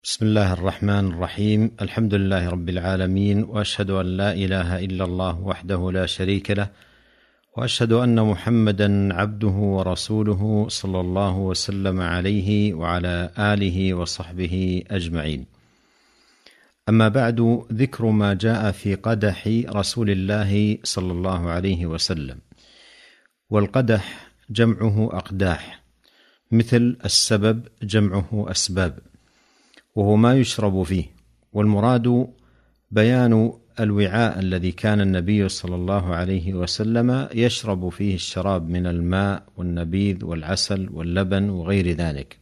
بسم الله الرحمن الرحيم. الحمد لله رب العالمين، وأشهد أن لا إله إلا الله وحده لا شريك له، وأشهد أن محمدا عبده ورسوله صلى الله وسلم عليه وعلى آله وصحبه أجمعين. أما بعد، ذكر ما جاء في قدح رسول الله صلى الله عليه وسلم. والقدح جمعه أقداح، مثل السبب جمعه أسباب، وهو ما يشرب فيه. والمراد بيان الوعاء الذي كان النبي صلى الله عليه وسلم يشرب فيه الشراب من الماء والنبيذ والعسل واللبن وغير ذلك.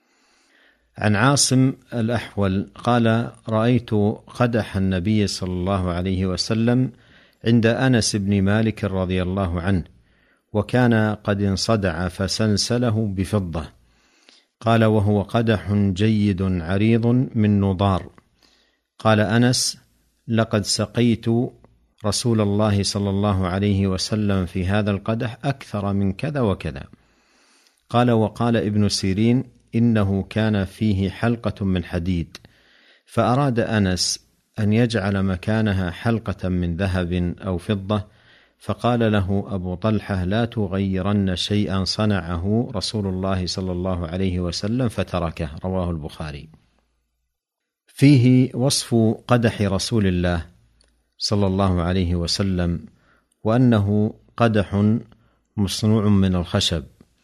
عن عاصم الأحول قال: رأيت قدح النبي صلى الله عليه وسلم عند أنس بن مالك رضي الله عنه، وكان قد انصدع فسلسله بفضة. قال: وهو قدح جيد عريض من نضار. قال أنس: لقد سقيت رسول الله صلى الله عليه وسلم في هذا القدح أكثر من كذا وكذا. قال: وقال ابن سيرين: إنه كان فيه حلقة من حديد، فأراد أنس أن يجعل مكانها حلقة من ذهب أو فضة، فقال له أبو طلحة: لا تغيرن شيئا صنعه رسول الله صلى الله عليه وسلم، فتركه. رواه البخاري. فيه وصف قدح رسول الله صلى الله عليه وسلم، وأنه قدح مصنوع من الخشب،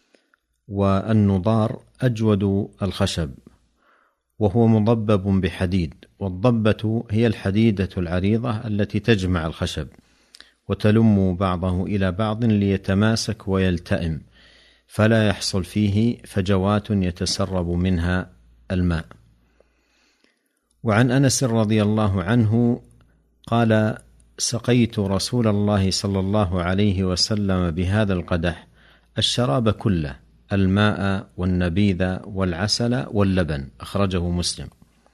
والنضار أجود الخشب، وهو مضبب بحديد. والضبة هي الحديدة العريضة التي تجمع الخشب وتلم بعضه إلى بعض ليتماسك ويلتئم، فلا يحصل فيه فجوات يتسرب منها الماء. وعن أنس رضي الله عنه قال: سقيت رسول الله صلى الله عليه وسلم بهذا القدح الشراب كله، الماء والنبيذ والعسل واللبن. أخرجه مسلم.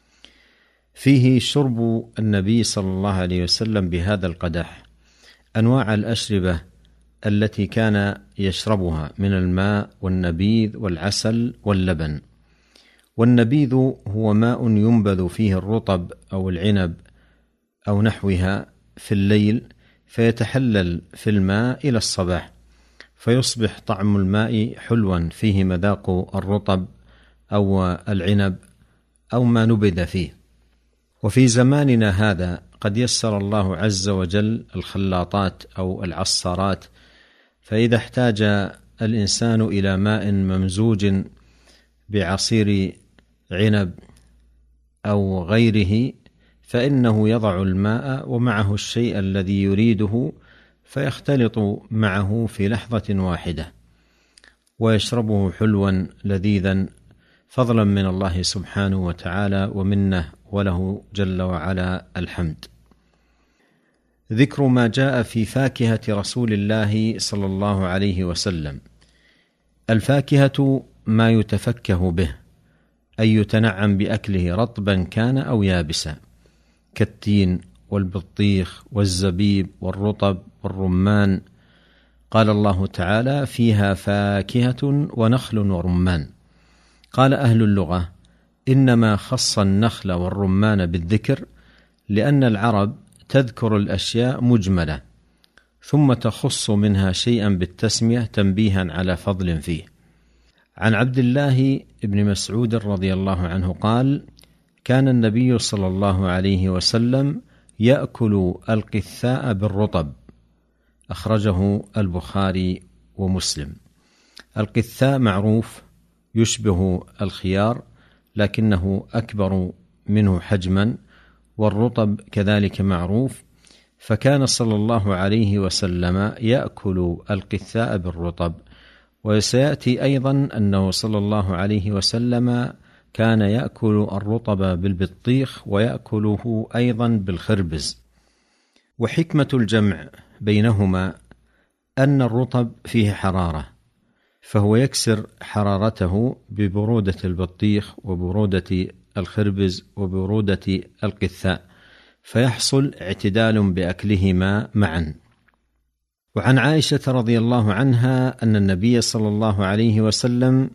فيه شرب النبي صلى الله عليه وسلم بهذا القدح أنواع الأشربة التي كان يشربها من الماء والنبيذ والعسل واللبن. والنبيذ هو ماء ينبذ فيه الرطب أو العنب أو نحوها في الليل، فيتحلل في الماء إلى الصباح، فيصبح طعم الماء حلوا فيه مذاق الرطب أو العنب أو ما نبذ فيه. وفي زماننا هذا قد يسر الله عز وجل الخلاطات أو العصارات، فإذا احتاج الإنسان إلى ماء ممزوج بعصير عنب أو غيره، فإنه يضع الماء ومعه الشيء الذي يريده، فيختلط معه في لحظة واحدة ويشربه حلوا لذيذا، فضلا من الله سبحانه وتعالى ومنه، وله جل وعلا الحمد. ذكر ما جاء في فاكهة رسول الله صلى الله عليه وسلم. الفاكهة ما يتفكه به، أي يتنعم بأكله رطبا كان أو يابسا، كالتين والبطيخ والزبيب والرطب والرمان. قال الله تعالى: فيها فاكهة ونخل ورمان. قال أهل اللغة: إنما خص النخل والرمان بالذكر لأن العرب تذكر الأشياء مجملة ثم تخص منها شيئا بالتسمية تنبيها على فضل فيه. عن عبد الله بن مسعود رضي الله عنه قال: كان النبي صلى الله عليه وسلم يأكل القثاء بالرطب. أخرجه البخاري ومسلم. القثاء معروف، يشبه الخيار لكنه أكبر منه حجما، والرطب كذلك معروف، فكان صلى الله عليه وسلم يأكل القثاء بالرطب. وسيأتي أيضا أنه صلى الله عليه وسلم كان يأكل الرطب بالبطيخ ويأكله أيضا بالخربز. وحكمة الجمع بينهما أن الرطب فيه حرارة، فهو يكسر حرارته ببرودة البطيخ وبرودة الخربز وبرودة القثاء، فيحصل اعتدال بأكلهما معا. وعن عائشة رضي الله عنها أن النبي صلى الله عليه وسلم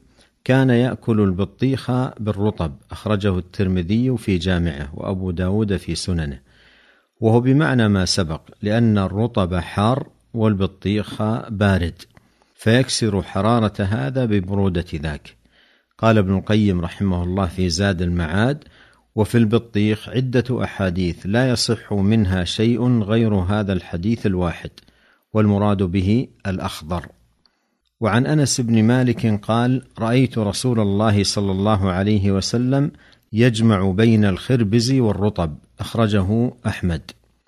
كان يأكل البطيخ بالرطب، أخرجه الترمذي في جامعه وأبو داود في سننه، وهو بمعنى ما سبق، لأن الرطب حار والبطيخ بارد، فيكسر حرارة هذا ببرودة ذاك. قال ابن القيم رحمه الله في زاد المعاد: وفي البطيخ عدة أحاديث لا يصح منها شيء غير هذا الحديث الواحد، والمراد به الأخضر. وعن أنس بن مالك قال: رأيت رسول الله صلى الله عليه وسلم يجمع بين الخربز والرطب، أخرجه أحمد.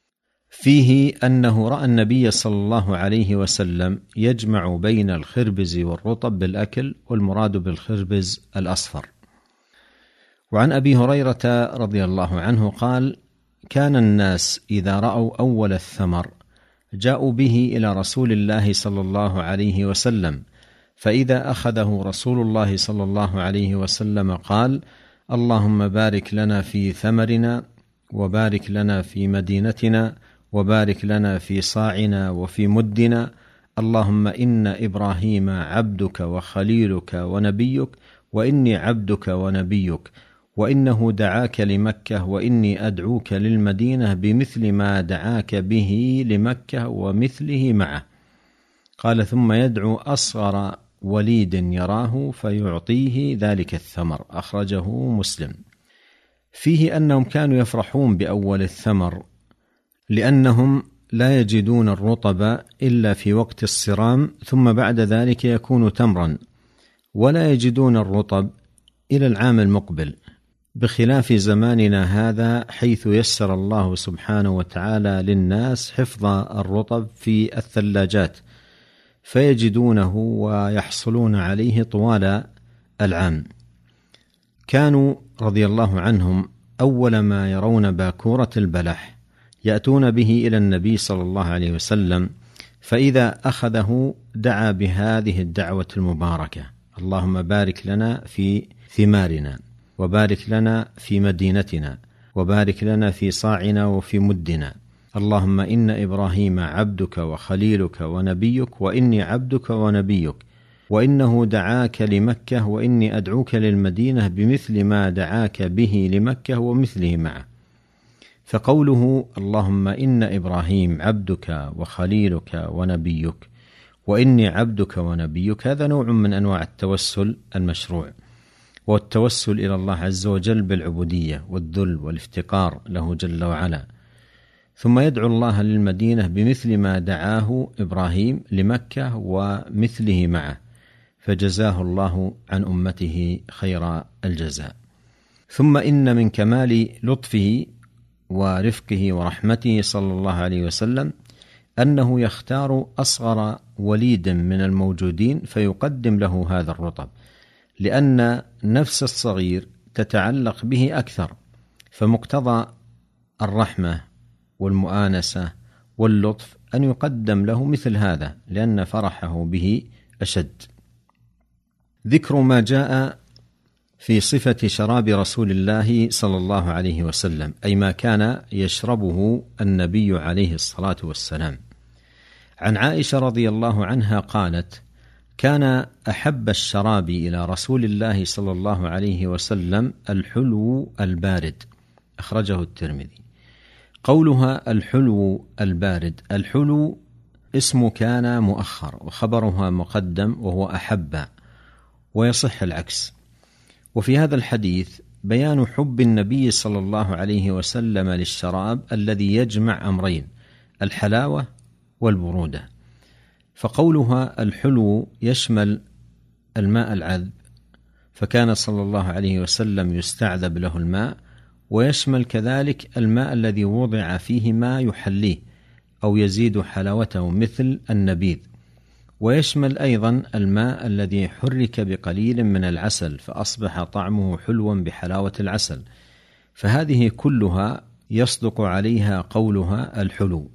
فيه أنه رأى النبي صلى الله عليه وسلم يجمع بين الخربز والرطب بالأكل، والمراد بالخربز الأصفر. وعن أبي هريرة رضي الله عنه قال: كان الناس إذا رأوا أول الثمر جاءوا به إلى رسول الله صلى الله عليه وسلم، فإذا أخذه رسول الله صلى الله عليه وسلم قال: اللهم بارك لنا في ثمرنا، وبارك لنا في مدينتنا، وبارك لنا في صاعنا وفي مدنا، اللهم إن إبراهيم عبدك وخليلك ونبيك، وإني عبدك ونبيك، وإنه دعاك لمكة، وإني أدعوك للمدينة بمثل ما دعاك به لمكة ومثله معه. قال: ثم يدعو أصغر وليد يراه فيعطيه ذلك الثمر، أخرجه مسلم. فيه أنهم كانوا يفرحون بأول الثمر، لأنهم لا يجدون الرطب إلا في وقت الصرام، ثم بعد ذلك يكون تمرا، ولا يجدون الرطب إلى العام المقبل، بخلاف زماننا هذا، حيث يسر الله سبحانه وتعالى للناس حفظ الرطب في الثلاجات، فيجدونه ويحصلون عليه طوال العام. كانوا رضي الله عنهم أول ما يرون باكورة البلح يأتون به إلى النبي صلى الله عليه وسلم، فإذا أخذه دعا بهذه الدعوة المباركة: اللهم بارك لنا في ثمارنا، وبارك لنا في مدينتنا، وبارك لنا في صاعنا وفي مدنا، اللهم إن إبراهيم عبدك وخليلك ونبيك، وإني عبدك ونبيك، وإنه دعاك لمكة، وإني أدعوك للمدينة بمثل ما دعاك به لمكة ومثله معه. فقوله اللهم إن إبراهيم عبدك وخليلك ونبيك، وإني عبدك ونبيك، هذا نوع من أنواع التوسل المشروع، والتوسل إلى الله عز وجل بالعبودية والذل والافتقار له جل وعلا. ثم يدعو الله للمدينة بمثل ما دعاه إبراهيم لمكة ومثله معه، فجزاه الله عن أمته خير الجزاء. ثم إن من كمال لطفه ورفقه ورحمته صلى الله عليه وسلم أنه يختار أصغر وليد من الموجودين فيقدم له هذا الرطب، لأن نفس الصغير تتعلق به أكثر، فمقتضى الرحمة والمؤانسة واللطف أن يقدم له مثل هذا، لأن فرحه به أشد. ذكر ما جاء في صفة شراب رسول الله صلى الله عليه وسلم، أي ما كان يشربه النبي عليه الصلاة والسلام. عن عائشة رضي الله عنها قالت: كان أحب الشراب إلى رسول الله صلى الله عليه وسلم الحلو البارد، أخرجه الترمذي. قولها الحلو البارد، الحلو اسم كان مؤخر وخبرها مقدم وهو أحب، ويصح العكس. وفي هذا الحديث بيان حب النبي صلى الله عليه وسلم للشراب الذي يجمع أمرين: الحلاوة والبرودة. فقولها الحلو يشمل الماء العذب، فكان صلى الله عليه وسلم يستعذب له الماء، ويشمل كذلك الماء الذي وضع فيه ما يحليه أو يزيد حلاوته مثل النبيذ، ويشمل أيضا الماء الذي حرك بقليل من العسل فأصبح طعمه حلوا بحلاوة العسل، فهذه كلها يصدق عليها قولها الحلو.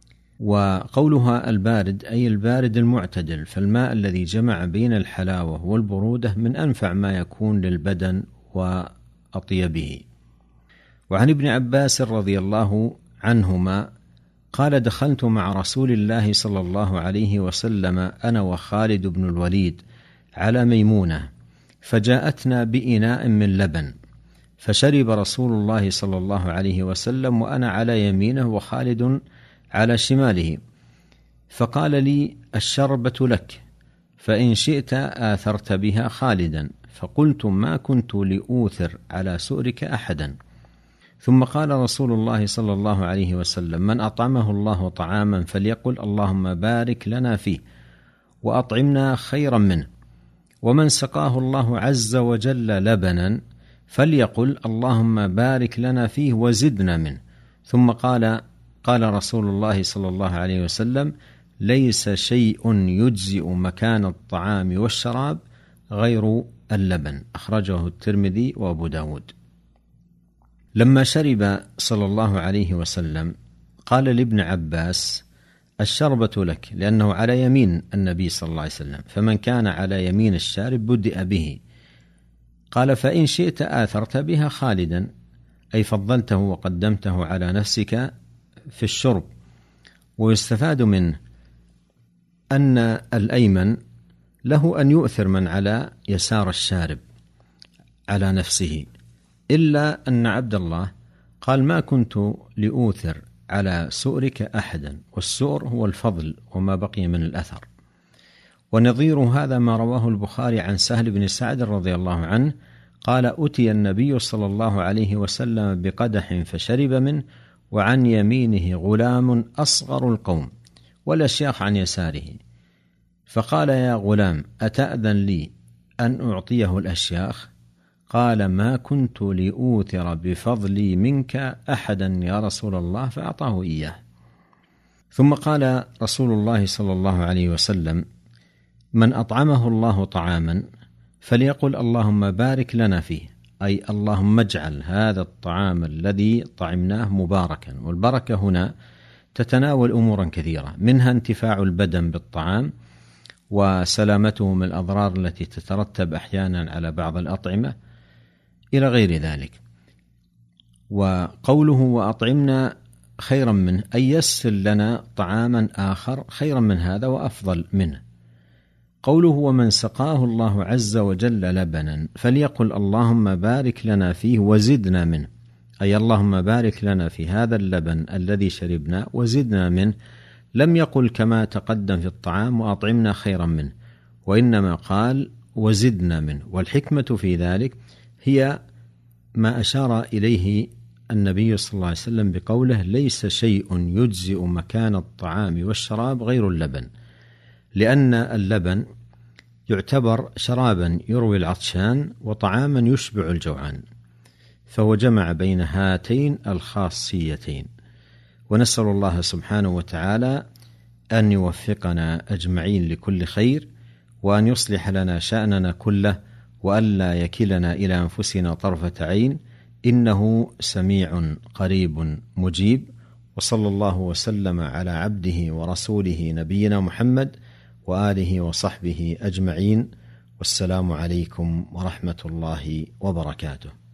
وقولها البارد أي البارد المعتدل، فالماء الذي جمع بين الحلاوة والبرودة من أنفع ما يكون للبدن وأطيبه. وعن ابن عباس رضي الله عنهما قال: دخلت مع رسول الله صلى الله عليه وسلم أنا وخالد بن الوليد على ميمونة، فجاءتنا بإناء من لبن، فشرب رسول الله صلى الله عليه وسلم وأنا على يمينه وخالد على شماله، فقال لي: الشربة لك، فإن شئت آثرت بها خالدا. فقلت: ما كنت لأوثر على سؤرك أحدا. ثم قال رسول الله صلى الله عليه وسلم: من أطعمه الله طعاما فليقل اللهم بارك لنا فيه وأطعمنا خيرا منه، ومن سقاه الله عز وجل لبنا فليقل اللهم بارك لنا فيه وزدنا منه. ثم قال رسول الله صلى الله عليه وسلم: ليس شيء يجزئ مكان الطعام والشراب غير اللبن. أخرجه الترمذي وأبو داود. لما شرب صلى الله عليه وسلم قال لابن عباس: الشربة لك، لأنه على يمين النبي صلى الله عليه وسلم، فمن كان على يمين الشارب بدأ به. قال: فإن شئت آثرت بها خالدا، أي فضلته وقدمته على نفسك في الشرب. ويستفاد منه أن الأيمن له أن يؤثر من على يسار الشارب على نفسه، إلا أن عبد الله قال: ما كنت لأوثر على سؤرك أحدا، والسؤر هو الفضل وما بقي من الأثر. ونظير هذا ما رواه البخاري عن سهل بن سعد رضي الله عنه قال: أتي النبي صلى الله عليه وسلم بقدح فشرب منه، وعن يمينه غلام أصغر القوم والأشياخ عن يساره، فقال: يا غلام أتأذن لي أن أعطيه الأشياخ؟ قال: ما كنت لأوثر بفضلي منك أحدا يا رسول الله، فأعطاه إياه. ثم قال رسول الله صلى الله عليه وسلم: من أطعمه الله طعاما فليقل اللهم بارك لنا فيه، أي اللهم اجعل هذا الطعام الذي طعمناه مباركا. والبركة هنا تتناول أمورا كثيرة، منها انتفاع البدن بالطعام وسلامته من الأضرار التي تترتب أحيانا على بعض الأطعمة إلى غير ذلك. وقوله وأطعمنا خيرا منه، أي يسر لنا طعاما آخر خيرا من هذا وأفضل منه. قوله ومن سقاه الله عز وجل لبنا فليقل اللهم بارك لنا فيه وزدنا منه، أي اللهم بارك لنا في هذا اللبن الذي شربنا وزدنا منه. لم يقل كما تقدم في الطعام وأطعمنا خيرا منه، وإنما قال وزدنا منه. والحكمة في ذلك هي ما أشار إليه النبي صلى الله عليه وسلم بقوله: ليس شيء يجزئ مكان الطعام والشراب غير اللبن، لأن اللبن يعتبر شرابا يروي العطشان وطعاما يشبع الجوعان، فهو جمع بين هاتين الخاصيتين. ونسأل الله سبحانه وتعالى أن يوفقنا أجمعين لكل خير، وأن يصلح لنا شأننا كله، وألا يكلنا إلى أنفسنا طرفة عين، إنه سميع قريب مجيب. وصلى الله وسلم على عبده ورسوله نبينا محمد وآله وصحبه أجمعين، والسلام عليكم ورحمة الله وبركاته.